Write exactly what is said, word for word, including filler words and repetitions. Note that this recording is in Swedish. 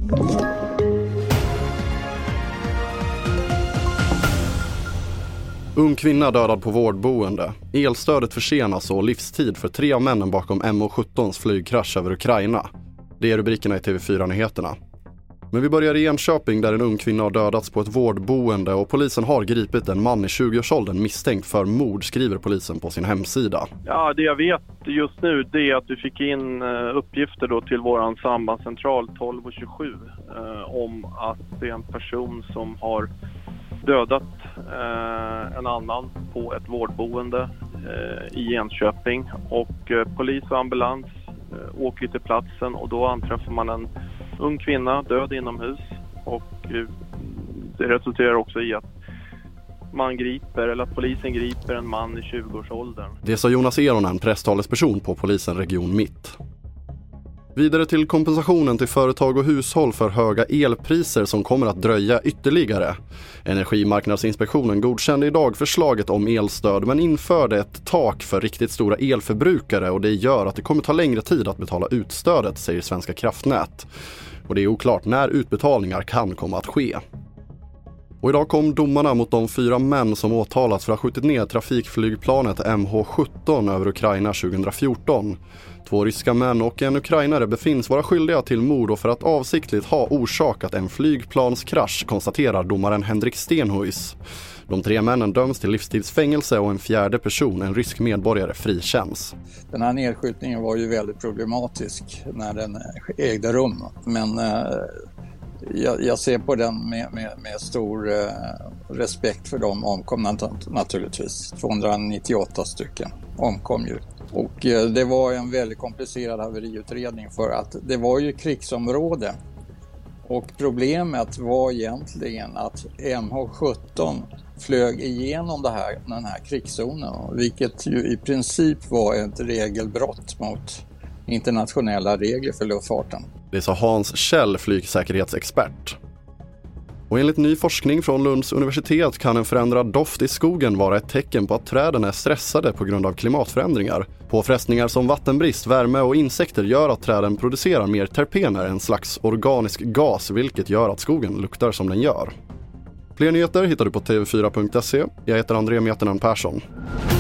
Ung kvinna dödad på vårdboende. Elstödet försenas och livstid för tre av männen bakom M H sjutton:s flygkrasch över Ukraina. Det är rubrikerna i T V fyra-nyheterna. Men vi börjar i Enköping där en ung kvinna har dödats på ett vårdboende och polisen har gripit en man i tjugoårsåldern misstänkt för mord, skriver polisen på sin hemsida. Ja, det jag vet just nu det är att vi fick in uppgifter då till våran sambandscentral tolv och tjugosju eh, om att det är en person som har dödat eh, en annan på ett vårdboende eh, i Enköping och eh, polis och ambulans eh, åker till platsen och då anträffar man en ung kvinna död inomhus och eh, det resulterar också i att man griper eller att polisen griper en man i tjugoårsåldern. Det sa Jonas Eronen, presstalesperson på polisen Region Mitt. Vidare till kompensationen till företag och hushåll för höga elpriser som kommer att dröja ytterligare. Energimarknadsinspektionen godkände idag förslaget om elstöd men införde ett tak för riktigt stora elförbrukare och det gör att det kommer ta längre tid att betala ut stödet, säger Svenska kraftnät. Och det är oklart när utbetalningar kan komma att ske. Och idag kom domarna mot de fyra män som åtalats för att ha skjutit ner trafikflygplanet M H sjutton över Ukraina tjugohundrafjorton. Två ryska män och en ukrainare befinns vara skyldiga till mord och för att avsiktligt ha orsakat en flygplanskrasch, konstaterar domaren Henrik Stenhuis. De tre männen döms till livstidsfängelse och en fjärde person, en rysk medborgare, frikänns. Den här nedskjutningen var ju väldigt problematisk när den ägde rum, men eh, jag, jag ser på den med, med, med stor eh, respekt för de omkomna naturligtvis. tvåhundranittioåtta stycken omkom ju. Och eh, det var en väldigt komplicerad haveriutredning för att det var ju krigsområde. Och problemet var egentligen att M H sjutton flög igenom det här, den här krigszonen, vilket ju i princip var ett regelbrott mot internationella regler för luftfarten. Det sa Hans Kjell, flygsäkerhetsexpert. Och enligt ny forskning från Lunds universitet kan en förändrad doft i skogen vara ett tecken på att träden är stressade på grund av klimatförändringar. Påfrestningar som vattenbrist, värme och insekter gör att träden producerar mer terpener, en slags organisk gas, vilket gör att skogen luktar som den gör. Fler nyheter hittar du på t v fyra punkt se. Jag heter André Metenen Persson.